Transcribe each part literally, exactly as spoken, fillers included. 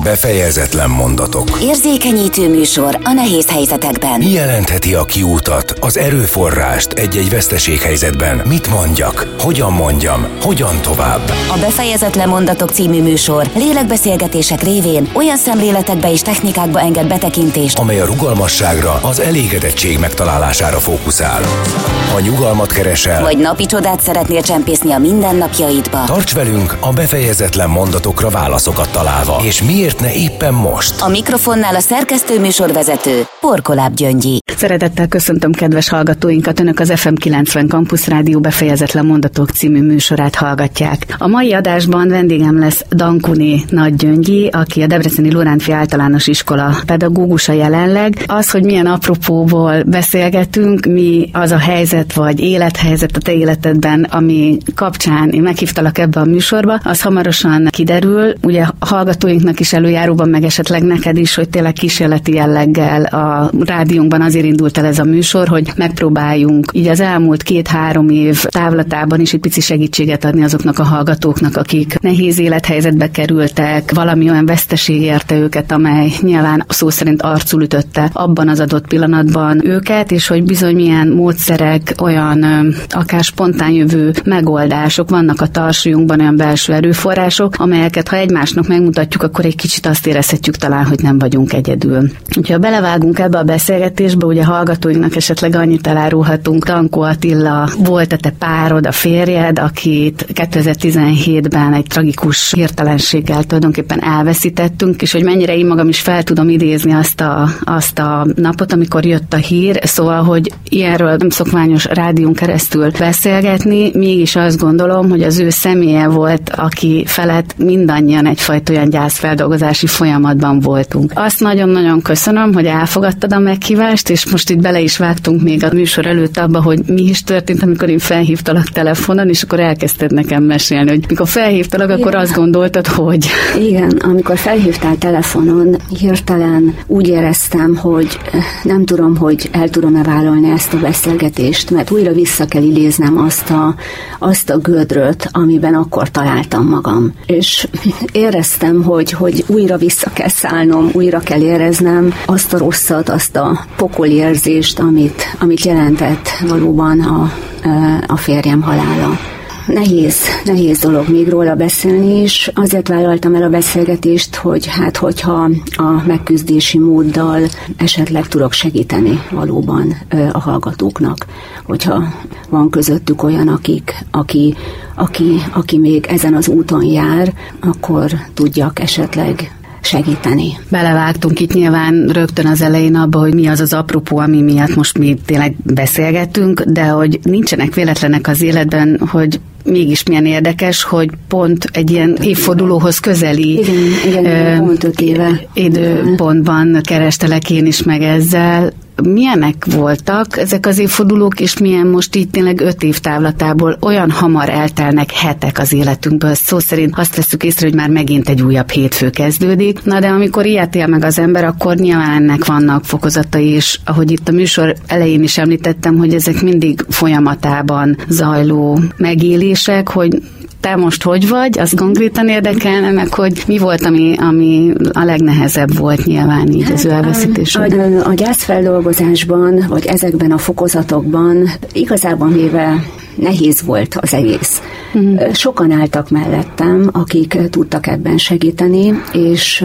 Befejezetlen mondatok. Érzékenyítő műsor a nehéz helyzetekben. Mi jelentheti a kiútat, az erőforrást egy-egy veszteséghelyzetben? Mit mondjak? Hogyan mondjam? Hogyan tovább? A Befejezetlen mondatok című műsor lélekbeszélgetések révén olyan szemléletekbe és technikákba enged betekintést, amely a rugalmasságra, az elégedettség megtalálására fókuszál. Ha nyugalmat keresel, vagy napi csodát szeretnél csempészni a mindennapjaidba, tarts velünk a befejezetlen mondatokra válaszokat találva. És miért ne éppen most? A mikrofonnál a szerkesztő műsorvezető Porkoláb Gyöngyi. Szeretettel köszöntöm kedves hallgatóinkat, Önök az ef em kilencven Campus Rádió Befejezetlen mondatok című műsorát hallgatják. A mai adásban vendégem lesz Dankuné Nagy Gyöngyi, aki a Debreceni Lorántfi Általános Iskola pedagógusa jelenleg. Az, hogy milyen apropóból beszélgetünk, mi az a helyzet vagy élethelyzet a te életedben, ami kapcsán én meghívtalak ebbe a műsorba, az hamarosan kiderül. Ugye a hallgatóinknak is előjáróban, meg esetleg neked is, hogy tényleg kísérleti jelleggel a rádiónkban azért indult el ez a műsor, hogy megpróbáljunk így az elmúlt két-három év távlatában is egy pici segítséget adni azoknak a hallgatóknak, akik nehéz élethelyzetbe kerültek, valami olyan veszteség érte őket, amely nyilván szó szerint arcul ütötte abban az adott pillanatban őket, és hogy bizony milyen módszerek, olyan akár spontán jövő megoldások vannak a tarsunkban, olyan belső erőforrások, amelyeket ha egymásnak megmutatjuk, akkor egy kicsit azt érezhetjük talán, hogy nem vagyunk egyedül. Úgyhogy ha belevágunk ebbe a beszélgetésbe, ugye hallgatóinknak esetleg annyit elárulhatunk, Dankó Attila volt a te párod, a férjed, akit kétezer-tizenhétben egy tragikus hirtelenséggel tulajdonképpen elveszítettünk, és hogy mennyire én magam is fel tudom idézni azt a, azt a napot, amikor jött a hír, szóval, hogy ilyenről nem szokványos rádión keresztül beszélgetni, mégis azt gondolom, hogy az ő személye volt, aki felett mindannyian egyfajta olyan gyászfeldolgozási folyamatban voltunk. Azt nagyon-nagyon köszönöm, hogy elfogadtad a meghívást, és most itt bele is vágtunk még a műsor előtt abba, hogy mi is történt, amikor én felhívtalak telefonon, és akkor elkezdted nekem mesélni, hogy mikor felhívtalak, akkor azt gondoltad, hogy... Igen, amikor felhívtál telefonon, hirtelen úgy éreztem, hogy nem tudom, hogy el tudom-e vállalni ezt a beszélgetést, mert újra vissza kell idéznem azt a, azt a gödröt, amiben akkor találtam magam. És éreztem, hogy, hogy újra vissza kell szállnom, újra kell éreznem azt a rosszat, azt a pokolérzést, amit, amit jelentett valóban a, a férjem halála. Nehéz, nehéz dolog még róla beszélni is. Azért vállaltam el a beszélgetést, hogy hát hogyha a megküzdési móddal esetleg tudok segíteni valóban a hallgatóknak, hogyha van közöttük olyan, akik, aki, aki, aki még ezen az úton jár, akkor tudjak esetleg segíteni. Belevágtunk itt nyilván rögtön az elején abba, hogy mi az az apropó, ami miatt most mi tényleg beszélgetünk, de hogy nincsenek véletlenek az életben, hogy mégis milyen érdekes, hogy pont egy ilyen évfordulóhoz közeli igen, igen, pont öt éve időpontban kerestelek én is meg ezzel. Milyenek voltak ezek az évfordulók, és milyen most így tényleg öt év távlatából olyan hamar eltelnek hetek az életünkből. Szó szerint azt veszük észre, hogy már megint egy újabb hétfő kezdődik. Na de amikor ilyet él meg az ember, akkor nyilván ennek vannak fokozatai, és ahogy itt a műsor elején is említettem, hogy ezek mindig folyamatában zajló megélések, hogy te most hogy vagy, az konkrétan érdekelne, meg hogy mi volt, ami, ami a legnehezebb volt nyilván így az ő elveszítésében. A, a gyászfeldolgozásban, vagy ezekben a fokozatokban igazából véve nehéz volt az egész. Uh-huh. Sokan álltak mellettem, akik tudtak ebben segíteni, és...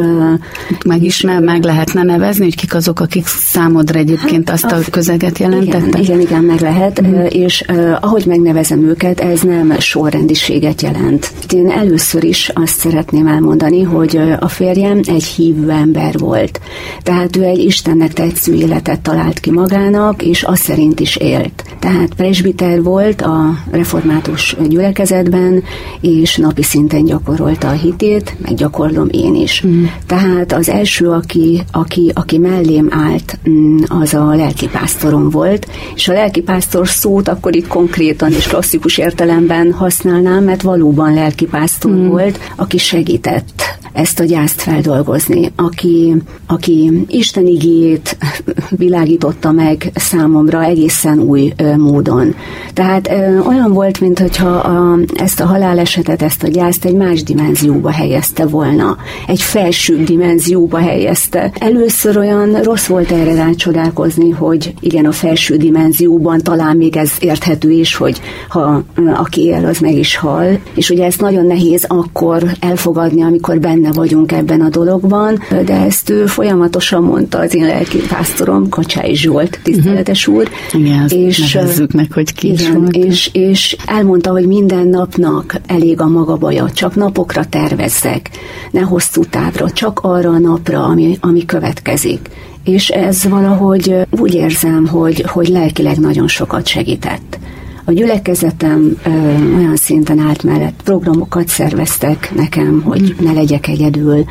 Meg is meg, meg lehetne nevezni, hogy kik azok, akik számodra egyébként azt a, a közeget jelentettek? Igen, igen, igen, meg lehet, uh-huh. és uh, ahogy megnevezem őket, ez nem sorrendiséget jelent. Én először is azt szeretném elmondani, hogy a férjem egy hívő ember volt. Tehát ő egy Istennek tetsző életet talált ki magának, és azt szerint is élt. Tehát presbiter volt a református gyülekezetben, és napi szinten gyakorolta a hitét, meg gyakorlom én is. Mm. Tehát az első, aki, aki, aki mellém állt, az a lelkipásztorom volt, és a lelkipásztor szót akkor itt konkrétan és klasszikus értelemben használnám, mert valóban lelkipásztor mm. volt, aki segített ezt a gyászt feldolgozni, aki, aki Isten igéjét világította meg számomra egészen új módon. Tehát olyan volt, mintha a, ezt a halálesetet, ezt a gyászt egy más dimenzióba helyezte volna. Egy felsőbb dimenzióba helyezte. Először olyan rossz volt erre rácsodálkozni, hogy igen, a felső dimenzióban talán még ez érthető is, hogy ha aki él, az meg is hal. És ugye ezt nagyon nehéz akkor elfogadni, amikor benne vagyunk ebben a dologban, de ezt ő folyamatosan mondta az én lelkipásztorom, Kacsai Zsolt, tiszteletes úr. Igen, és nevezzük meg, hogy ki is igen, volt. És, és elmondta, hogy minden napnak elég a maga baja, csak napokra tervezzek, ne hosszú távra, csak arra a napra, ami, ami következik. És ez valahogy úgy érzem, hogy, hogy lelkileg nagyon sokat segített. A gyülekezetem ö, olyan szinten állt mellett, programokat szerveztek nekem, hogy ne legyek egyedül,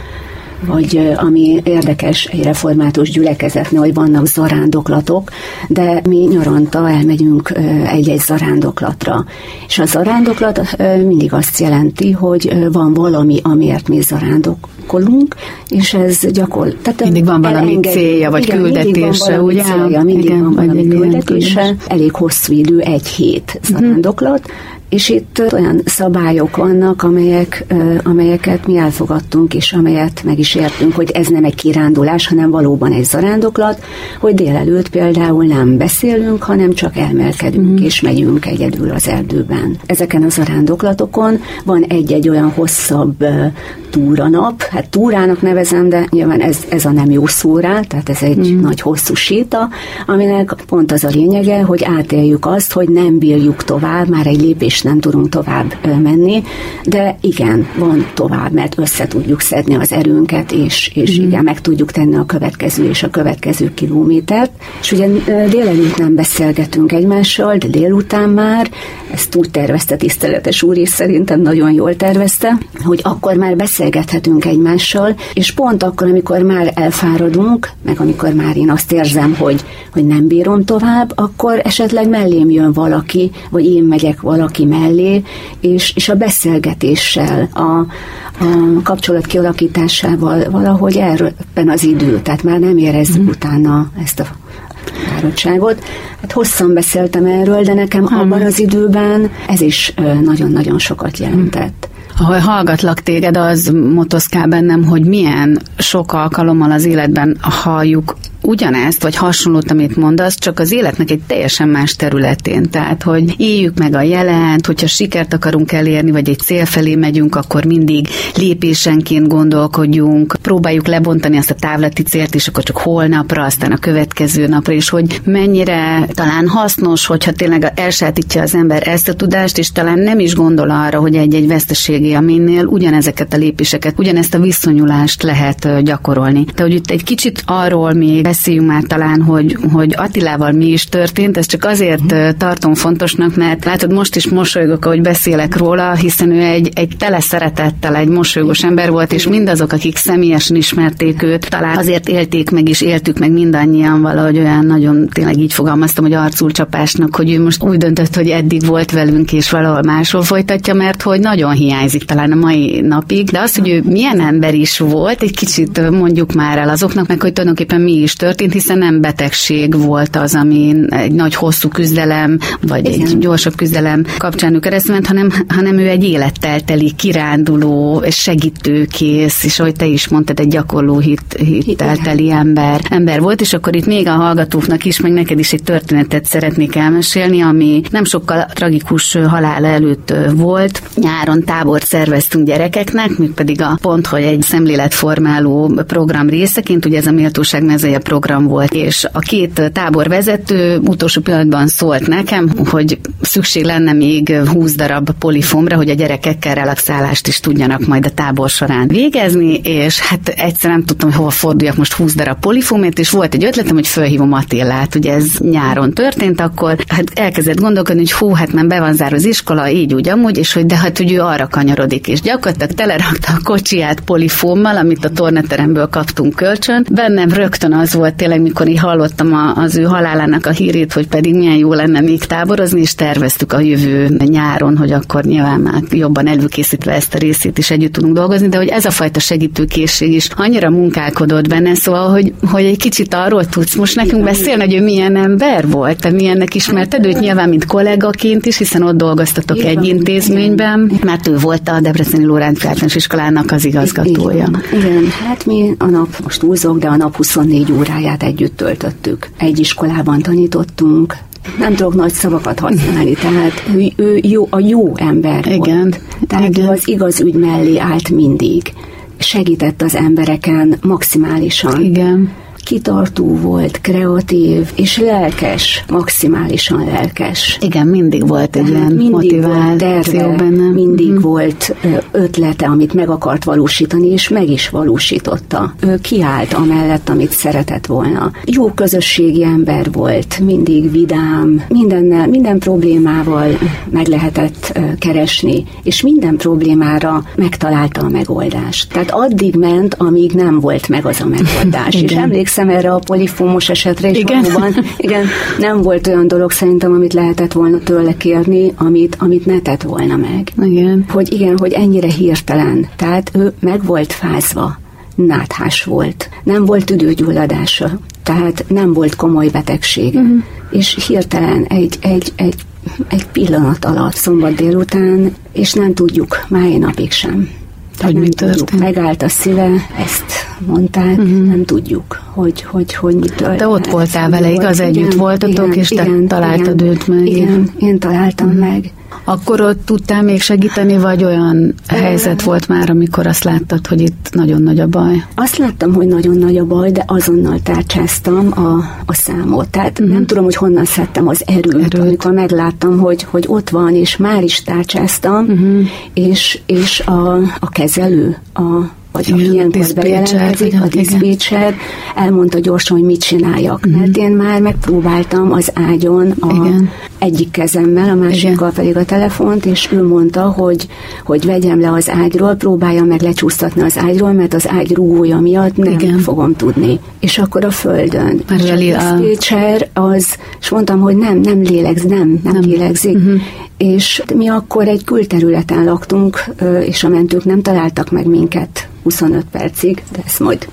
vagy ami érdekes egy református gyülekezetnél, hogy vannak zarándoklatok, de mi nyaranta elmegyünk egy-egy zarándoklatra. És a zarándoklat mindig azt jelenti, hogy van valami, amiért mi zarándokkolunk, és ez gyakor... Tehát mindig van valami elenged... célja, vagy igen, küldetése, mindig ugye? Célja, mindig igen, van valami küldetése. küldetés. Elég hosszú idő, egy hét zarándoklat, és itt olyan szabályok vannak, amelyek, amelyeket mi elfogadtunk, és amelyet meg is értünk, hogy ez nem egy kirándulás, hanem valóban egy zarándoklat, hogy délelőtt például nem beszélünk, hanem csak elmelkedünk, mm. és megyünk egyedül az erdőben. Ezeken a zarándoklatokon van egy-egy olyan hosszabb túranap, hát túrának nevezem, de nyilván ez, ez a nem jó szó rá, tehát ez egy mm. nagy hosszú séta, aminek pont az a lényege, hogy átéljük azt, hogy nem bírjuk tovább, már egy lépés nem tudunk tovább menni, de igen, van tovább, mert össze tudjuk szedni az erőnket, és, és mm. igen, meg tudjuk tenni a következő és a következő kilométert. És ugye délelőtt nem beszélgetünk egymással, de délután már, ezt úgy tervezte tiszteletes úr, és szerintem nagyon jól tervezte, hogy akkor már beszélgethetünk egymással, és pont akkor, amikor már elfáradunk, meg amikor már én azt érzem, hogy, hogy nem bírom tovább, akkor esetleg mellém jön valaki, vagy én megyek valaki mellé, és, és a beszélgetéssel, a, a kapcsolat kialakításával valahogy elröppen az idő, tehát már nem érezzük mm. utána ezt a fáradtságot. Hát hosszan beszéltem erről, de nekem mm. abban az időben ez is nagyon-nagyon sokat jelentett. Ahol hallgatlak téged, az motoszkál bennem, hogy milyen sok alkalommal az életben halljuk ugyanezt, vagy hasonlót, amit mondasz, csak az életnek egy teljesen más területén. Tehát, hogy éljük meg a jelent, hogyha sikert akarunk elérni, vagy egy cél felé megyünk, akkor mindig lépésenként gondolkodjunk, próbáljuk lebontani azt a távlati célt, és akkor csak holnapra, aztán a következő napra, és hogy mennyire talán hasznos, hogyha tényleg elsátítja az ember ezt a tudást, és talán nem is gondol arra, hogy egy-egy veszteségi élménynél ugyanezeket a lépéseket, ugyanezt a viszonyulást lehet gyakorolni. De hogy itt egy kicsit arról még beszéljünk már talán, hogy, hogy Attilával mi is történt, ezt csak azért mm. tartom fontosnak, mert látod, most is mosolygok, ahogy beszélek róla, hiszen ő egy, egy tele szeretettel, egy mosolygós ember volt, és mindazok, akik személyesen ismerték őt, talán azért élték meg, és éltük meg mindannyian valahogy olyan nagyon, tényleg így fogalmaztam, hogy arculcsapásnak, hogy ő most úgy döntött, hogy eddig volt velünk, és valahol máshol folytatja, mert hogy nagyon hiányzik talán a mai napig, de az, hogy ő milyen ember is volt, egy kicsit mondjuk már el azoknak, meg hogy tulajdonképpen mi is történt, hiszen nem betegség volt az, ami egy nagy hosszú küzdelem, vagy igen. egy gyorsabb küzdelem kapcsán ő keresztül ment, hanem, hanem ő egy élettel teli, kiránduló, segítőkész, és ahogy te is mondtad, egy gyakorló hit, hittel teli ember, ember volt, és akkor itt még a hallgatóknak is, meg neked is egy történetet szeretnék elmesélni, ami nem sokkal tragikus halála előtt volt. Nyáron tábort szerveztünk gyerekeknek, mégpedig a pont, hogy egy szemléletformáló program részeként, ugye ez a Méltóság mezeje program volt, és a két táborvezető utolsó pillanatban szólt nekem, hogy szükség lenne még húsz darab polifomra, hogy a gyerekekkel relaxálást is tudjanak majd a tábor során végezni, és hát egyszer nem tudtam, hogy hova forduljak most húsz darab polifomért, és volt egy ötletem, hogy fölhívom Attilát, ugye ez nyáron történt, akkor hát elkezdett gondolkodni, hogy hú, hát nem be van zárva az iskola, így úgy amúgy, és hogy de hát hogy ő arra kanyarodik, és gyakorlatilag telerakta a kocsiját polifommal, amit a tornateremből kaptunk kölcsön. Bennem rögtön az volt tényleg, mikor így hallottam a, az ő halálának a hírét, hogy pedig milyen jó lenne még táborozni, és terveztük a jövő nyáron, hogy akkor nyilván már jobban előkészítve ezt a részét is együtt tudunk dolgozni, de hogy ez a fajta segítőkészség is annyira munkálkodott benne, szóval, hogy, hogy egy kicsit arról tudsz most nekünk beszélni, hogy ő milyen ember volt, te milyennek ismerted őt, nyilván mint kollégaként is, hiszen ott dolgoztatok igen, egy intézményben, igen. Mert ő volt a Debreceni Lórántfi Általános Iskolának az igazgatója. Igen, igen, hát mi a nap, most túlzok, de a nap huszonnégy óráját együtt töltöttük. Egy iskolában tanítottunk, nem tudok nagy szavakat használni, tehát ő, ő jó, a jó ember igen, volt. Tehát igen. az igaz ügy mellé állt mindig. Segített az embereken maximálisan. Igen. Kitartó volt, kreatív és lelkes, maximálisan lelkes. Igen, mindig volt egy ilyen motiváció benne. Mindig mm-hmm. volt ötlete, amit meg akart valósítani, és meg is valósította. Ő kiállt amellett, amit szeretett volna. Jó közösségi ember volt, mindig vidám, mindennel, minden problémával meg lehetett keresni, és minden problémára megtalálta a megoldást. Tehát addig ment, amíg nem volt meg az a megoldás. És emlékszem erre a polifómos esetre, és igen. valóban igen, nem volt olyan dolog szerintem, amit lehetett volna tőle kérni, amit, amit ne tett volna meg. Igen. Hogy igen, hogy ennyire hirtelen. Tehát ő meg volt fázva, náthás volt. Nem volt tüdőgyulladása, tehát nem volt komoly betegség. Uh-huh. És hirtelen egy, egy, egy, egy pillanat alatt, szombat délután, és nem tudjuk, máj napig sem. Hogy mi történt? Megállt a szíve, ezt mondták, uh-huh. nem tudjuk, hogy, hogy, hogy mi történt. Te ott voltál vele, igaz? Igen, együtt voltatok, igen, és te igen, találtad igen, őt meg. Igen, én találtam uh-huh. meg. Akkor ott tudtál még segíteni, vagy olyan helyzet volt már, amikor azt láttad, hogy itt nagyon nagy a baj? Azt láttam, hogy nagyon nagy a baj, de azonnal tárcsáztam a, a számot. Tehát uh-huh. nem tudom, hogy honnan szedtem az erőt, erőt. amikor megláttam, hogy, hogy ott van, és már is tárcsáztam, uh-huh. és, és a, a kezelő, a vagy aki ilyenkor bejelentkezik, a diszpécser, elmondta gyorsan, hogy mit csináljak. Uh-huh. Mert én már megpróbáltam az ágyon a igen. egyik kezemmel, a másikkal igen. pedig a telefont, és ő mondta, hogy, hogy vegyem le az ágyról, próbáljam meg lecsúsztatni az ágyról, mert az ágy rúgója miatt nem igen. fogom tudni. És akkor a földön. És a diszpécser az, és mondtam, hogy nem, nem lélegz, nem, nem, nem. lélegzik. Uh-huh. És mi akkor egy külterületen laktunk, és a mentők nem találtak meg minket huszonöt percig, de ezt majd.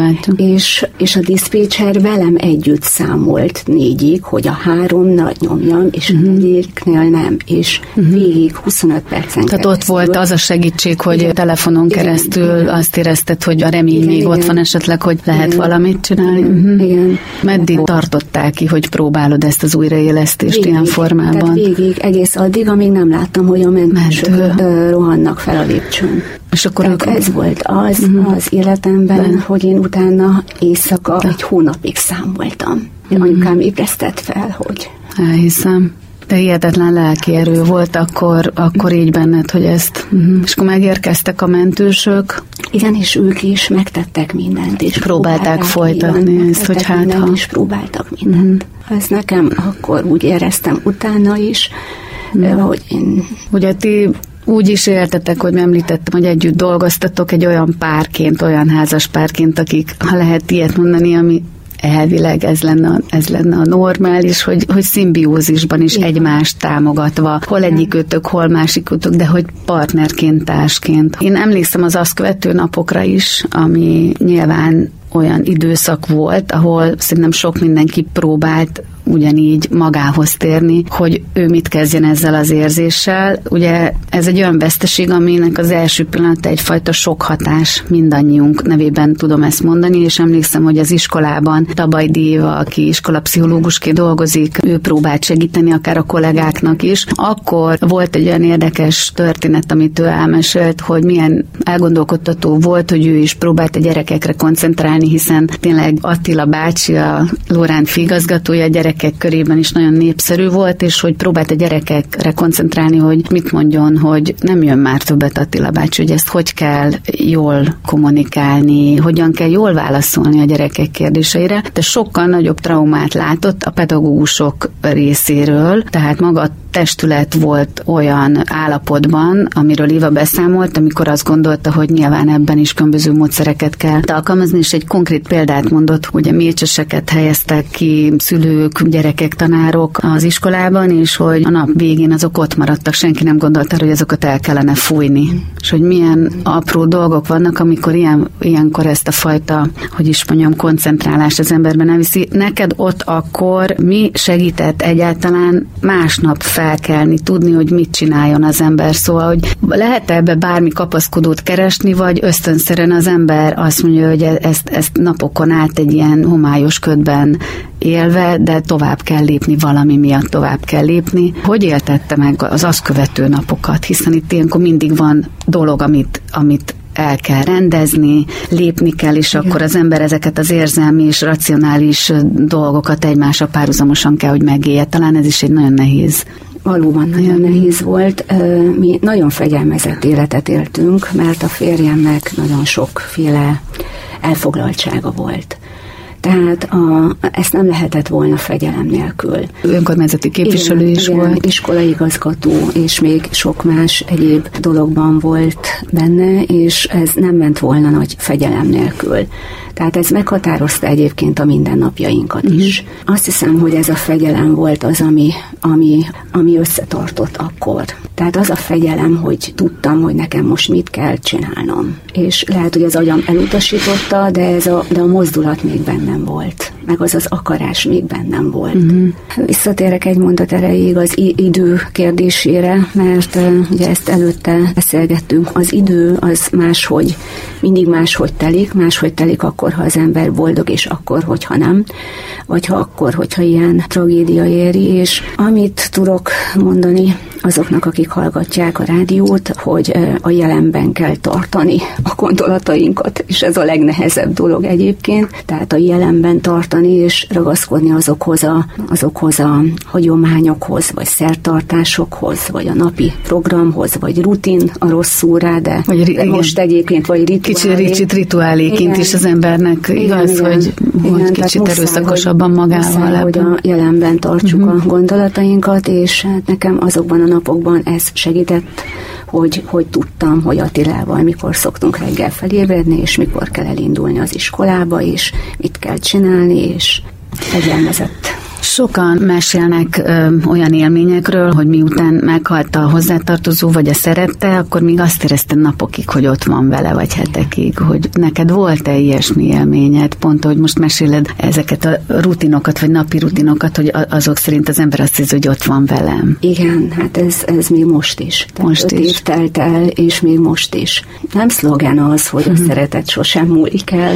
És, és a diszpécser velem együtt számolt négyig, hogy a háromnál nyomjam, és uh-huh. a négyiknél nem, és uh-huh. végig huszonöt percen Tehát keresztül. Ott volt az a segítség, hogy igen. telefonon igen. keresztül igen. azt érezted, hogy a remény igen, még igen. ott van esetleg, hogy lehet igen. valamit csinálni. Igen. Uh-huh. igen. Meddig tartották ki, hogy próbálod ezt az újraélesztést végig, ilyen formában? Tehát végig, egész addig, amíg nem láttam, hogy a mentősök Mentő. rohannak fel a lépcsőn. És akkor ők... ez volt az uh-huh. az életemben, De. hogy én utána éjszaka De. egy hónapig számoltam. Uh-huh. Anyukám ébresztett fel, hogy... Elhiszem. De hihetetlen lelki erő volt akkor, akkor így benned, hogy ezt... Uh-huh. És akkor megérkeztek a mentősök. Igen, és ők is megtettek mindent. És próbálták, próbálták folytatni igen, ezt, hogy hát mindent, ha... és próbáltak mindent. Uh-huh. Ez nekem akkor úgy éreztem utána is, uh-huh. hogy én... Ugye ti... Úgy is éltetek, hogy említettem, hogy együtt dolgoztatok egy olyan párként, olyan házas párként, akik, ha lehet ilyet mondani, ami elvileg ez lenne, ez lenne a normális, hogy, hogy szimbiózisban is igen. egymást támogatva, hol egyikőtök, hol másikőtök, de hogy partnerként, társként. Én emlékszem az azt követő napokra is, ami nyilván olyan időszak volt, ahol szerintem sok mindenki próbált ugyanígy magához térni, hogy ő mit kezdjen ezzel az érzéssel. Ugye ez egy olyan veszteség, aminek az első pillanata egyfajta sok hatás, mindannyiunk nevében tudom ezt mondani, és emlékszem, hogy az iskolában Tabajdi Éva, aki iskolapszichológusként dolgozik, ő próbált segíteni akár a kollégáknak is. Akkor volt egy olyan érdekes történet, amit ő elmesélt, hogy milyen elgondolkodtató volt, hogy ő is próbált a gyerekekre koncentrálni, hiszen tényleg Attila bácsi, a Lórántfi igazgatója, a gyerekek körében is nagyon népszerű volt, és hogy próbált a gyerekekre koncentrálni, hogy mit mondjon, hogy nem jön már többet Attila bácsi, hogy ezt hogy kell jól kommunikálni, hogyan kell jól válaszolni a gyerekek kérdéseire, de sokkal nagyobb traumát látott a pedagógusok részéről, tehát maga testület volt olyan állapotban, amiről Éva beszámolt, amikor azt gondolta, hogy nyilván ebben is különböző módszereket kell alkalmazni, és egy konkrét példát mondott, hogy a mécseseket helyeztek ki szülők, gyerekek, tanárok az iskolában, és hogy a nap végén azok ott maradtak, senki nem gondolta, hogy azokat el kellene fújni. És hogy milyen apró dolgok vannak, amikor ilyen, ilyenkor ezt a fajta, hogy is mondjam, koncentrálás az emberben elviszi. Neked ott akkor mi segített egyáltalán másnap felkelni, tudni, hogy mit csináljon az ember? Szóval, hogy lehet ebbe bármi kapaszkodót keresni, vagy ösztönszerűen az ember azt mondja, hogy ezt, ezt napokon át egy ilyen homályos ködben élve, de tovább kell lépni, valami miatt tovább kell lépni. Hogy éltette meg az azt követő napokat? Hiszen itt ilyenkor mindig van dolog, amit, amit el kell rendezni, lépni kell, és igen, akkor az ember ezeket az érzelmi és racionális dolgokat egymásra párhuzamosan kell, hogy megélje. Talán ez is egy nagyon nehéz. Valóban nagyon nehéz volt. Mi nagyon fegyelmezett életet éltünk, mert a férjemnek nagyon sokféle elfoglaltsága volt. Tehát a, ezt nem lehetett volna fegyelem nélkül. Önkormányzati képviselő igen, is igen, volt. Iskolaigazgató, és még sok más egyéb dologban volt benne, és ez nem ment volna nagy fegyelem nélkül. Tehát ez meghatározta egyébként a mindennapjainkat uh-huh. is. Azt hiszem, hogy ez a fegyelem volt az, ami, ami, ami összetartott akkor. Tehát az a fegyelem, hogy tudtam, hogy nekem most mit kell csinálnom. És lehet, hogy az agyam elutasította, de, ez a, de a mozdulat még bennem volt. Meg az az akarás még bennem volt. Uh-huh. Visszatérek egy mondat erejéig az idő kérdésére, mert uh, ugye ezt előtte beszélgettünk. Az idő az máshogy, mindig máshogy telik, máshogy telik akkor, ha az ember boldog, és akkor, hogyha nem, vagy ha akkor, hogyha ilyen tragédia éri, és amit tudok mondani azoknak, akik hallgatják a rádiót, hogy a jelenben kell tartani a gondolatainkat, és ez a legnehezebb dolog egyébként, tehát a jelenben tartani, és ragaszkodni azokhoz a, azokhoz a hagyományokhoz, vagy szertartásokhoz, vagy a napi programhoz, vagy rutin a rosszul rá, de, vagy, de most egyébként, vagy rituálé. Kicsit, kicsit rituáléként is az embernek igaz, igen, hogy, igen, hogy kicsit muszáj, erőszakosabban magával. Muszáj, hogy a jelenben tartsuk uh-huh. a gondolatainkat, és hát nekem azokban a napokban ez segített, hogy, hogy tudtam, hogy Attilával mikor szoktunk reggel felébredni, és mikor kell elindulni az iskolába, és mit kell csinálni, és fegyelmezett. Sokan mesélnek ö, olyan élményekről, hogy miután meghalt a hozzátartozó, vagy a szerette, akkor még azt érezte napokig, hogy ott van vele, vagy hetekig, hogy neked volt-e ilyesmi élményed? Pont, hogy most meséled ezeket a rutinokat, vagy napi rutinokat, hogy azok szerint az ember azt érzi, hogy ott van velem. Igen, hát ez, ez még most is. Tehát most öt is. év telt el, és még most is. Nem szlogán az, hogy a uh-huh. szeretet sosem múlik el,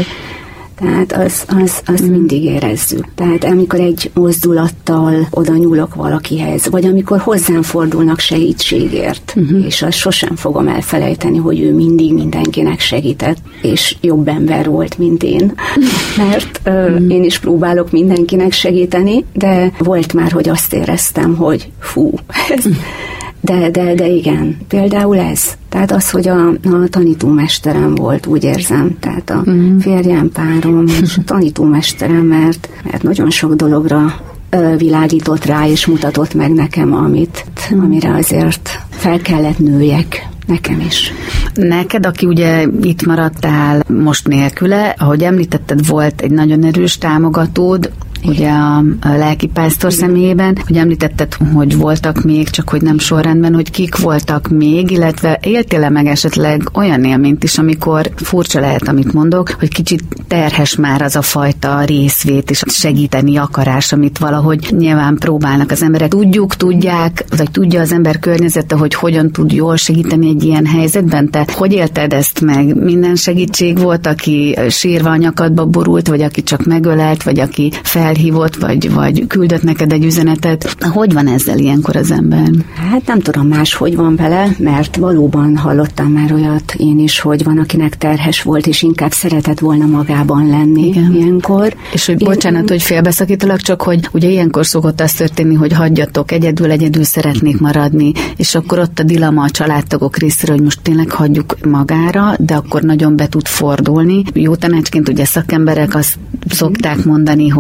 tehát az, az, az mm. mindig érezzük. Tehát amikor egy mozdulattal oda nyúlok valakihez, vagy amikor hozzám fordulnak segítségért, uh-huh. és azt sosem fogom elfelejteni, hogy ő mindig mindenkinek segített, és jobb ember volt, mint én. Mert uh, mm. én is próbálok mindenkinek segíteni, de volt már, hogy azt éreztem, hogy fú, ez... De, de, de igen, például ez. Tehát az, hogy a, a tanítómesterem volt, úgy érzem, tehát a mm. férjem, párom, és a tanítómesterem, mert, mert nagyon sok dologra ö, világított rá, és mutatott meg nekem, amit, mm. amire azért fel kellett nőjek. Nekem is. Neked, aki ugye itt maradtál most nélküle, ahogy említetted, volt egy nagyon erős támogatód, ugye a, a lelkipásztor személyében, hogy említetted, hogy voltak még, csak hogy nem sorrendben, hogy kik voltak még, illetve éltél-e meg esetleg olyan élményt is, amikor furcsa lehet, amit mondok, hogy kicsit terhes már az a fajta részvét és segíteni akarás, amit valahogy nyilván próbálnak az emberek. Tudjuk, tudják, vagy tudja az ember környezete, hogy hogyan tud jól segíteni egy ilyen helyzetben. Te hogy élted ezt meg? Minden segítség volt, aki sírva a nyakadba borult, vagy aki csak megölelt, vagy aki fel hívott, vagy, vagy küldött neked egy üzenetet. Hogy van ezzel ilyenkor az ember? Hát nem tudom más, hogy van vele, mert valóban hallottam már olyat én is, hogy van, akinek terhes volt, és inkább szeretett volna magában lenni. Igen. Ilyenkor. És hogy bocsánat, én... hogy félbeszakítalak, csak hogy ugye ilyenkor szokott az történni, hogy hagyjatok, egyedül, egyedül szeretnék maradni, és akkor ott a dilema a családtagok részéről, hogy most tényleg hagyjuk magára, de akkor nagyon be tud fordulni. Jó tanácsként ugye szakemberek azt szokták mondani, hogy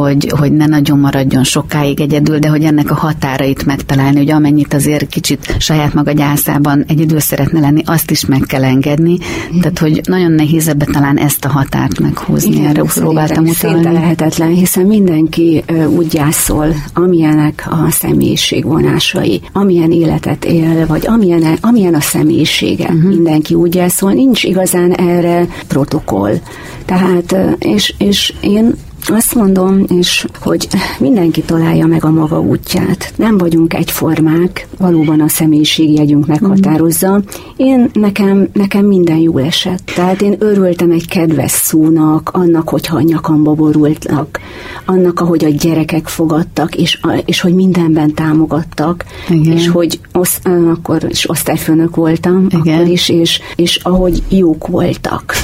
hogy ne nagyon maradjon sokáig egyedül, de hogy ennek a határait megtalálni, hogy amennyit azért kicsit saját maga gyászában egyedül szeretne lenni, azt is meg kell engedni. Tehát, hogy nagyon nehéz ebbe talán ezt a határt meghúzni. Igen, erre próbáltam utalni. Szinte lehetetlen, hiszen mindenki úgy gyászol, amilyenek a személyiségvonásai, amilyen életet él, vagy amilyen, amilyen a személyisége. Uh-huh. Mindenki úgy gyászol, nincs igazán erre protokoll. Tehát, és, és én azt mondom, és hogy mindenki találja meg a maga útját. Nem vagyunk egyformák, valóban a személyiségjegyünk meghatározza. Én, nekem, nekem minden jól esett. Tehát én örültem egy kedves szónak, annak, hogyha a nyakamba borultak, annak, ahogy a gyerekek fogadtak, és, és hogy mindenben támogattak, igen. és hogy osz, akkor is osztályfőnök voltam, igen. akkor is, és, és ahogy jók voltak.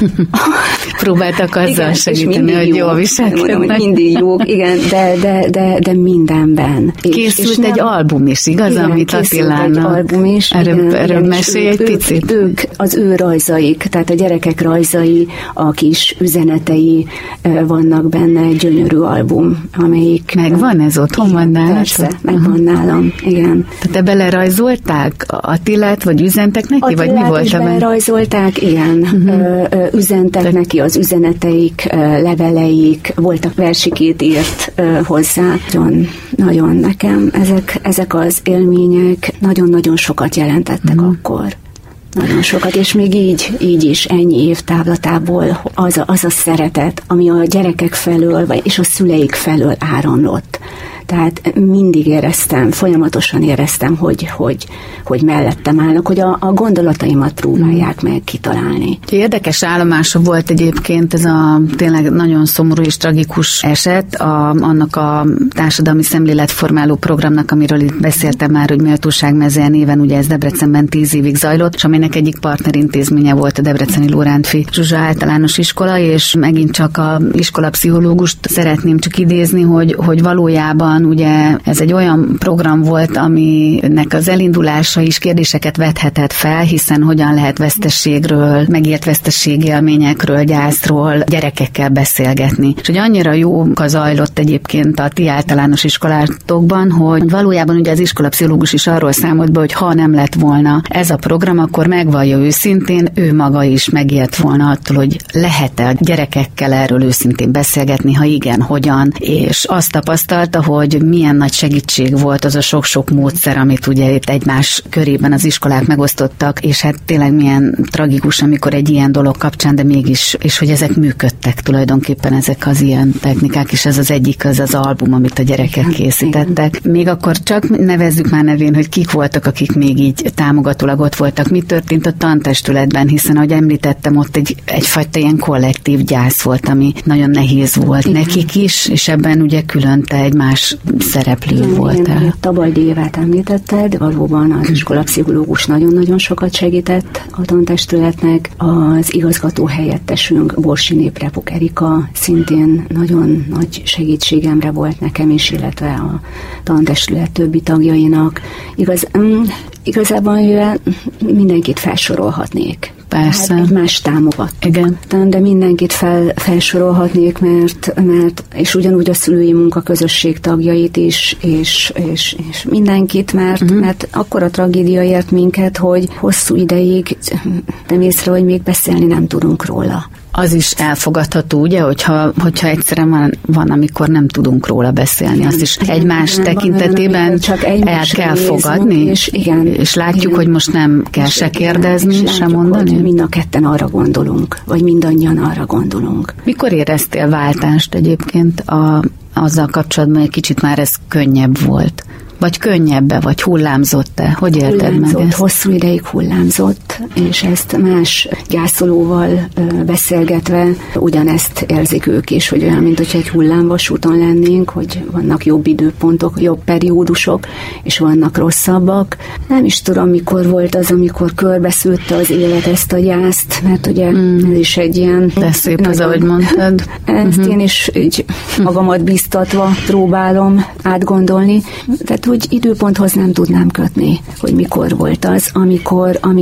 Próbáltak azzal igen, segíteni, hogy jól viselkednek. Mindig jók, igen, de, de, de, de mindenben. Készült és, és nem, egy album is, igaz, igen, amit Attilának? egy album is. Erről, igen, erről mesélj egy ők, picit. Ők, az ő rajzaik, tehát a gyerekek rajzai, a kis üzenetei vannak benne, egy gyönyörű album, amelyik... Megvan ez otthon, van nálam? Persze, megvan nálam, igen. Tehát te belerajzolták Attilát, vagy üzentek neki, Attilát vagy mi volt is ebben? belerajzolták, igen. Uh-huh. Üzentek Te... neki az üzeneteik, leveleik, voltak versikét írt hozzá. Nagyon, nagyon nekem ezek, ezek az élmények nagyon-nagyon sokat jelentettek uh-huh. akkor. Nagyon sokat, és még így, így is ennyi év távlatából az a, az a szeretet, ami a gyerekek felől, vagy és a szüleik felől áramlott. Tehát mindig éreztem, folyamatosan éreztem, hogy, hogy, hogy mellettem állnak, hogy a, a gondolataimat próbálják meg kitalálni. Érdekes állomása volt egyébként ez a tényleg nagyon szomorú és tragikus eset, a, annak a társadalmi szemléletformáló programnak, amiről itt beszéltem már, hogy Méltóságmezője néven, ugye ez Debrecenben tíz évig zajlott, és aminek egyik partnerintézménye volt a debreceni Lórántfi Zsuzsa általános iskola, és megint csak a iskolapszichológust szeretném csak idézni, hogy, hogy valójában ugye ez egy olyan program volt, aminek az elindulása is kérdéseket vethetett fel, hiszen hogyan lehet veszteségről, megélt veszteségélményekről, gyászról gyerekekkel beszélgetni. És hogy annyira jó zajlott egyébként a ti általános iskolátokban, hogy valójában ugye az iskolapszichológus is arról számolt be, hogy ha nem lett volna ez a program, akkor megvallja őszintén, ő maga is megijedt volna attól, hogy lehet-e a gyerekekkel erről őszintén beszélgetni, ha igen, hogyan, és azt tapasztalta, hogy milyen nagy segítség volt az a sok-sok módszer, amit ugye itt egymás körében az iskolák megosztottak, és hát tényleg milyen tragikus, amikor egy ilyen dolog kapcsán, de mégis, és hogy ezek működtek tulajdonképpen ezek az ilyen technikák, és ez az egyik az az album, amit a gyerekek készítettek. Még akkor csak nevezzük már nevén, hogy kik voltak, akik még így támogatólag ott voltak. Mi történt a tantestületben, hiszen ahogy említettem, ott egy, egyfajta ilyen kollektív gyász volt, ami nagyon nehéz volt igen. nekik is, és ebben ugye külön te egy más szereplő voltál. Tabajdi Évát említetted, valóban az iskolapszichológus nagyon-nagyon sokat segített a tantestületnek. Az igazgató helyettesünk, Borsi Repuk Erika szintén nagyon nagy segítségemre volt nekem is, illetve a tantestület többi tagjainak. Igaz, igazából mindenkit felsorolhatnék. Persze. Hát egymást támogat. Igen. De mindenkit fel, felsorolhatnék, mert, mert és ugyanúgy a szülői munkaközösség tagjait is, és, és, és mindenkit, mert, uh-huh. mert akkor a tragédia ért minket, hogy hosszú ideig nem észre, hogy még beszélni nem tudunk róla. Az is elfogadható, ugye, hogyha, hogyha egyszerűen van, van, amikor nem tudunk róla beszélni, azt is igen, egymás igen, tekintetében van, csak el kell fogadni, és, igen, és látjuk, igen, hogy most nem kell és se kérdezni, se látjuk, mondani. Hogy mind a ketten arra gondolunk, vagy mindannyian arra gondolunk. Mikor éreztél váltást egyébként a, azzal kapcsolatban, egy kicsit már ez könnyebb volt? Vagy könnyebbe, vagy hullámzott-e? Hogy érted hullámzott, meg ezt? Hosszú ideig hullámzott, és ezt más gyászolóval beszélgetve ugyanezt érzik ők is, hogy olyan, mint hogyha egy hullámvasúton lennénk, hogy vannak jobb időpontok, jobb periódusok, és vannak rosszabbak. Nem is tudom, mikor volt az, amikor körbeszőtte az élet ezt a gyászt, mert ugye mm. ez is egy ilyen... De szép az, ahogy mondtad. Ezt uh-huh. én is így magamat bíztatva próbálom átgondolni. Tehát úgy időponthoz nem tudnám kötni, hogy mikor volt az, amikor, amikor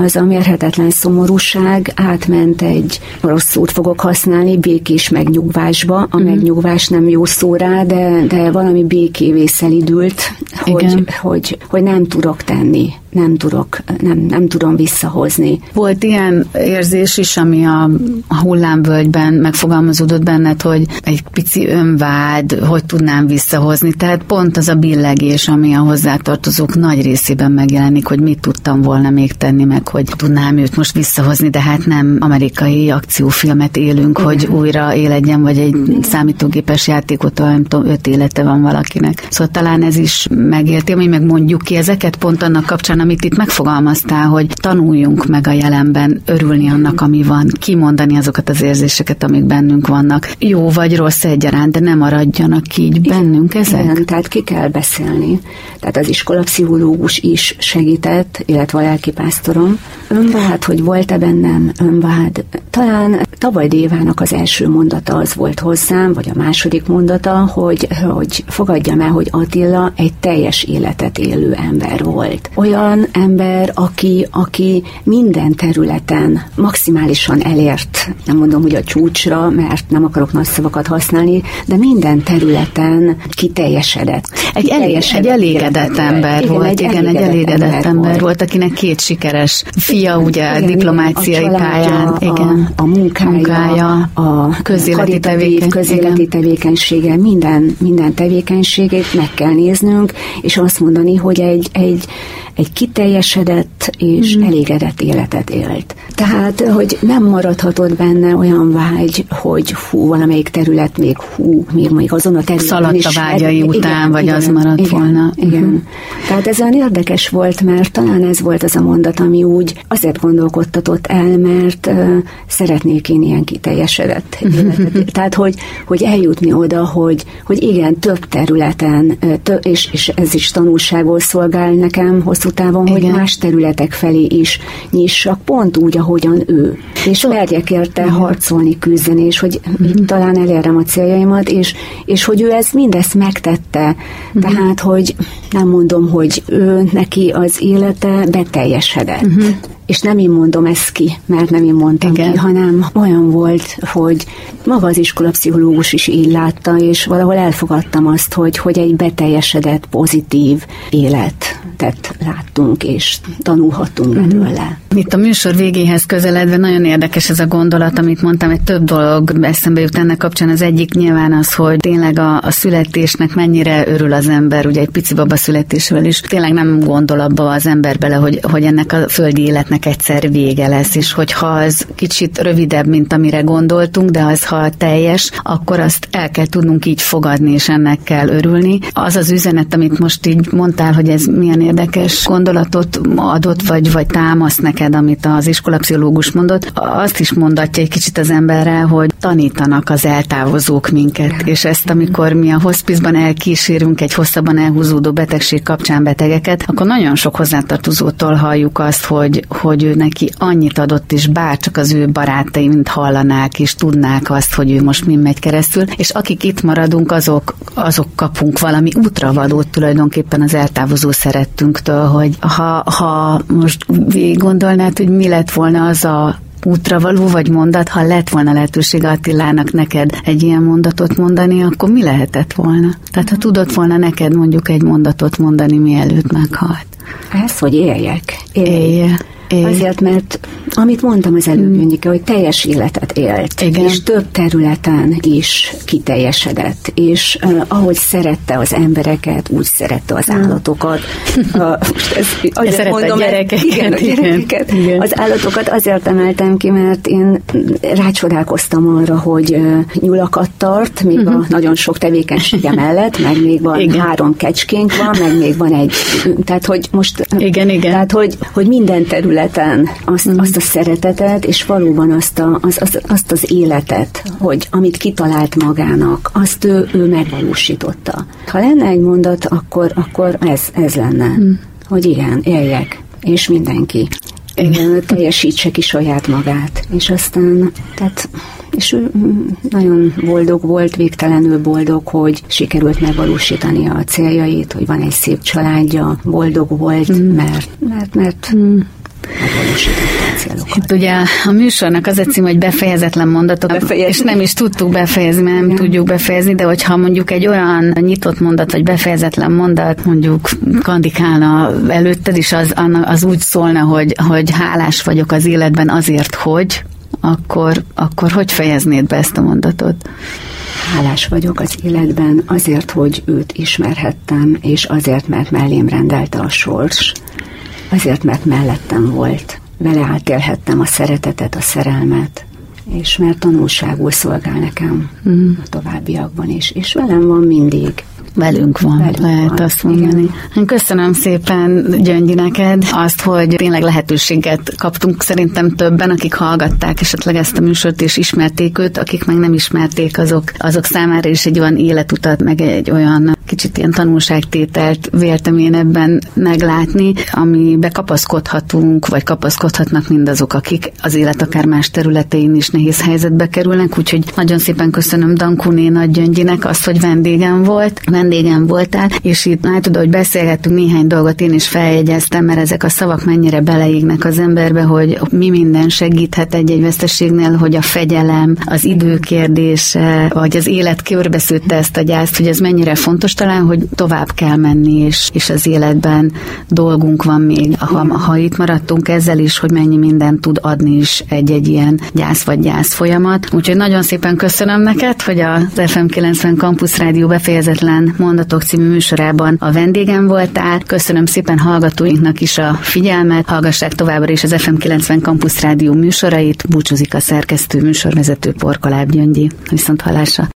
az a mérhetetlen szomorúság átment egy, rossz szót fogok használni, békés megnyugvásba. A mm. megnyugvás nem jó szó rá, de, de valami békévé szelidült, hogy, hogy, hogy nem tudok tenni. Nem tudok, nem, nem tudom visszahozni. Volt ilyen érzés is, ami a, a hullámvölgyben megfogalmazódott benned, hogy egy pici önvád, hogy tudnám visszahozni. Tehát pont az a billegés, ami a hozzátartozók nagy részében megjelenik, hogy mit tudtam volna még tenni, meg hogy tudnám őt most visszahozni, de hát nem amerikai akciófilmet élünk, igen, hogy újra éledjen, vagy egy igen, számítógépes játékot, nem tudom, öt élete van valakinek. Szóval talán ez is megélti, ami meg mondjuk ki ezeket pont annak kapcsán, amit itt megfogalmaztál, hogy tanuljunk meg a jelenben, örülni annak, ami van, kimondani azokat az érzéseket, amik bennünk vannak. Jó vagy rossz egyaránt, de nem maradjanak így bennünk ezek. Igen, tehát ki kell beszélni. Tehát az iskolapszichológus is segített, illetve a lelkipásztorom. Önvád, hogy volt-e bennem önvád. Talán tavaly Dévának az első mondata az volt hozzám, vagy a második mondata, hogy, hogy fogadjam el, hogy Attila egy teljes életet élő ember volt. Olyan ember, aki, aki minden területen maximálisan elért, nem mondom, hogy a csúcsra, mert nem akarok nagy szavakat használni, de minden területen kiteljesedett. Egy, kiteljesedett egy elégedett ember igen, volt, egy igen, elégedett egy elégedett ember, ember volt. volt, akinek két sikeres fia, ugye, igen, diplomáciai a pályán, a, igen, a munkája, munkája a közéleti, tevéken, közéleti tevékenysége, minden, minden tevékenységét meg kell néznünk, és azt mondani, hogy egy, egy egy kiteljesedett és mm. elégedett életet élt. Tehát, hogy nem maradhatott benne olyan vágy, hogy hú, valamelyik terület még hú, még mondjuk azon a területen szaladt is. Szaladt a vágyai igen, után, igen, vagy igen, az maradt igen, volna. Igen. Mm. Tehát ez olyan érdekes volt, mert talán ez volt az a mondat, ami úgy azért gondolkodtatott el, mert uh, szeretnék én ilyen kiteljesedett életet. Tehát, hogy, hogy eljutni oda, hogy, hogy igen, több területen, uh, tö- és, és ez is tanulságul szolgál nekem hosszú távon, igen, hogy más területek felé is nyissak, pont úgy, ahogyan ő. És merjek érte igen. harcolni, küzdeni, és hogy mm-hmm. talán elérem a céljaimat, és, és hogy ő ezt mindezt megtette. Mm-hmm. Tehát, hogy nem mondom, hogy ő neki az élete beteljesedett. Mm-hmm. És nem én mondom ezt ki, mert nem én mondtam igen. ki, hanem olyan volt, hogy maga az iskolapszichológus is így látta, és valahol elfogadtam azt, hogy, hogy egy beteljesedett, pozitív életet láttunk, és tanulhatunk mm-hmm. belőle. Itt a műsor végéhez közeledve nagyon érdekes ez a gondolat, amit mondtam, egy több dolog eszembe jut ennek kapcsán. Az egyik nyilván az, hogy tényleg a, a születésnek mennyire örül az ember, ugye egy pici baba születésvel is, tényleg nem gondol abba az ember bele, hogy, hogy ennek a földi életnek egyszer vége lesz, és hogyha az kicsit rövidebb, mint amire gondoltunk, de az, ha teljes, akkor azt el kell tudnunk így fogadni, és ennek kell örülni. Az az üzenet, amit most így mondtál, hogy ez milyen érdekes gondolatot adott, vagy, vagy támaszt neked, amit az iskolapszichológus mondott, azt is mondatja egy kicsit az emberre, hogy tanítanak az eltávozók minket, és ezt amikor mi a hospizban elkísérünk egy hosszabban elhúzódó betegség kapcsán betegeket, akkor nagyon sok hozzátartozótól halljuk azt, hogy, hogy ő neki annyit adott, és bárcsak az ő barátai, mint hallanák, és tudnák azt, hogy ő most min megy keresztül, és akik itt maradunk, azok, azok kapunk valami útravalót tulajdonképpen az eltávozó szerettünktől, hogy ha, ha most végig gondolnád, hogy mi lett volna az a útravaló vagy mondat, ha lett volna lehetőség Attilának neked egy ilyen mondatot mondani, akkor mi lehetett volna? Tehát ha tudott volna neked mondjuk egy mondatot mondani, mielőtt meghalt. Ez, hogy éljek. Élje. Élj. Azért, mert amit mondtam az előbb, mm. hogy teljes életet élt, igen. és több területen is kiteljesedett, és uh, ahogy szerette az embereket, úgy szerette az állatokat. uh, most ez, azért szerette mondom, a gyerekeket. Igen, a gyerekeket. Igen. Az állatokat azért emeltem ki, mert én rácsodálkoztam arra, hogy uh, nyulakat tart, még uh-huh. a nagyon sok tevékenysége mellett, meg még van igen. három kecskénk van, meg még van egy, tehát hogy most, igen, igen. tehát hogy, hogy minden terület azt, mm. azt a szeretetet, és valóban azt, a, az, az, azt az életet, hogy amit kitalált magának, azt ő, ő megvalósította. Ha lenne egy mondat, akkor, akkor ez, ez lenne, mm. hogy igen, éljek, és mindenki. Igen. Teljesítse ki saját magát. És aztán, tehát, és ő nagyon boldog volt, végtelenül boldog, hogy sikerült megvalósítani a céljait, hogy van egy szép családja, boldog volt, mm. mert, mert, mert mm. megvalósítottam célokat. Itt ugye a műsornak az a cím, hogy befejezetlen mondatok, befejezni. És nem is tudtuk befejezni, mert nem Igen. tudjuk befejezni, de hogyha mondjuk egy olyan nyitott mondat, vagy befejezetlen mondat mondjuk kandikálna előtted is, az, az úgy szólna, hogy, hogy hálás vagyok az életben azért, hogy akkor, akkor hogy fejeznéd be ezt a mondatot? Hálás vagyok az életben azért, hogy őt ismerhettem, és azért, mert mellém rendelte a sors, azért, mert mellettem volt. Vele átélhettem a szeretetet, a szerelmet, és mert tanulságul szolgál nekem mm. a továbbiakban is, és velem van mindig. Velünk van, Velünk lehet van. Azt mondani. Igen. Köszönöm szépen, Gyöngyi, neked azt, hogy tényleg lehetőséget kaptunk szerintem többen, akik hallgatták esetleg ezt a műsort, és ismerték őt, akik meg nem ismerték, azok, azok számára is egy olyan életutat, meg egy olyan kicsit ilyen tanulságtételt véltem én ebben meglátni, amibe kapaszkodhatunk, vagy kapaszkodhatnak mindazok, akik az élet akár más területein is nehéz helyzetbe kerülnek, úgyhogy nagyon szépen köszönöm Dankuné Nagy Gyöngyinek azt, hogy vendégem volt, vendégem voltál, és itt látod, hogy beszélgettünk néhány dolgot, én is feljegyeztem, mert ezek a szavak mennyire beleégnek az emberbe, hogy mi minden segíthet egy-egy veszteségnél, hogy a fegyelem, az idő kérdése, vagy az élet körbeszőtte ezt a gyászt, hogy ez mennyire fontos, talán, hogy tovább kell menni, és, és az életben dolgunk van még, ha, ha itt maradtunk ezzel is, hogy mennyi mindent tud adni is egy-egy ilyen gyász vagy gyász folyamat. Úgyhogy nagyon szépen köszönöm neked, hogy az ef em kilencven Campus Rádió befejezetlen mondatok című műsorában a vendégem voltál. Köszönöm szépen hallgatóinknak is a figyelmet. Hallgassák továbbra is az ef em kilencven Campus Rádió műsorait. Búcsúzik a szerkesztő, műsorvezető Porkoláb Gyöngyi. Viszont hallásra.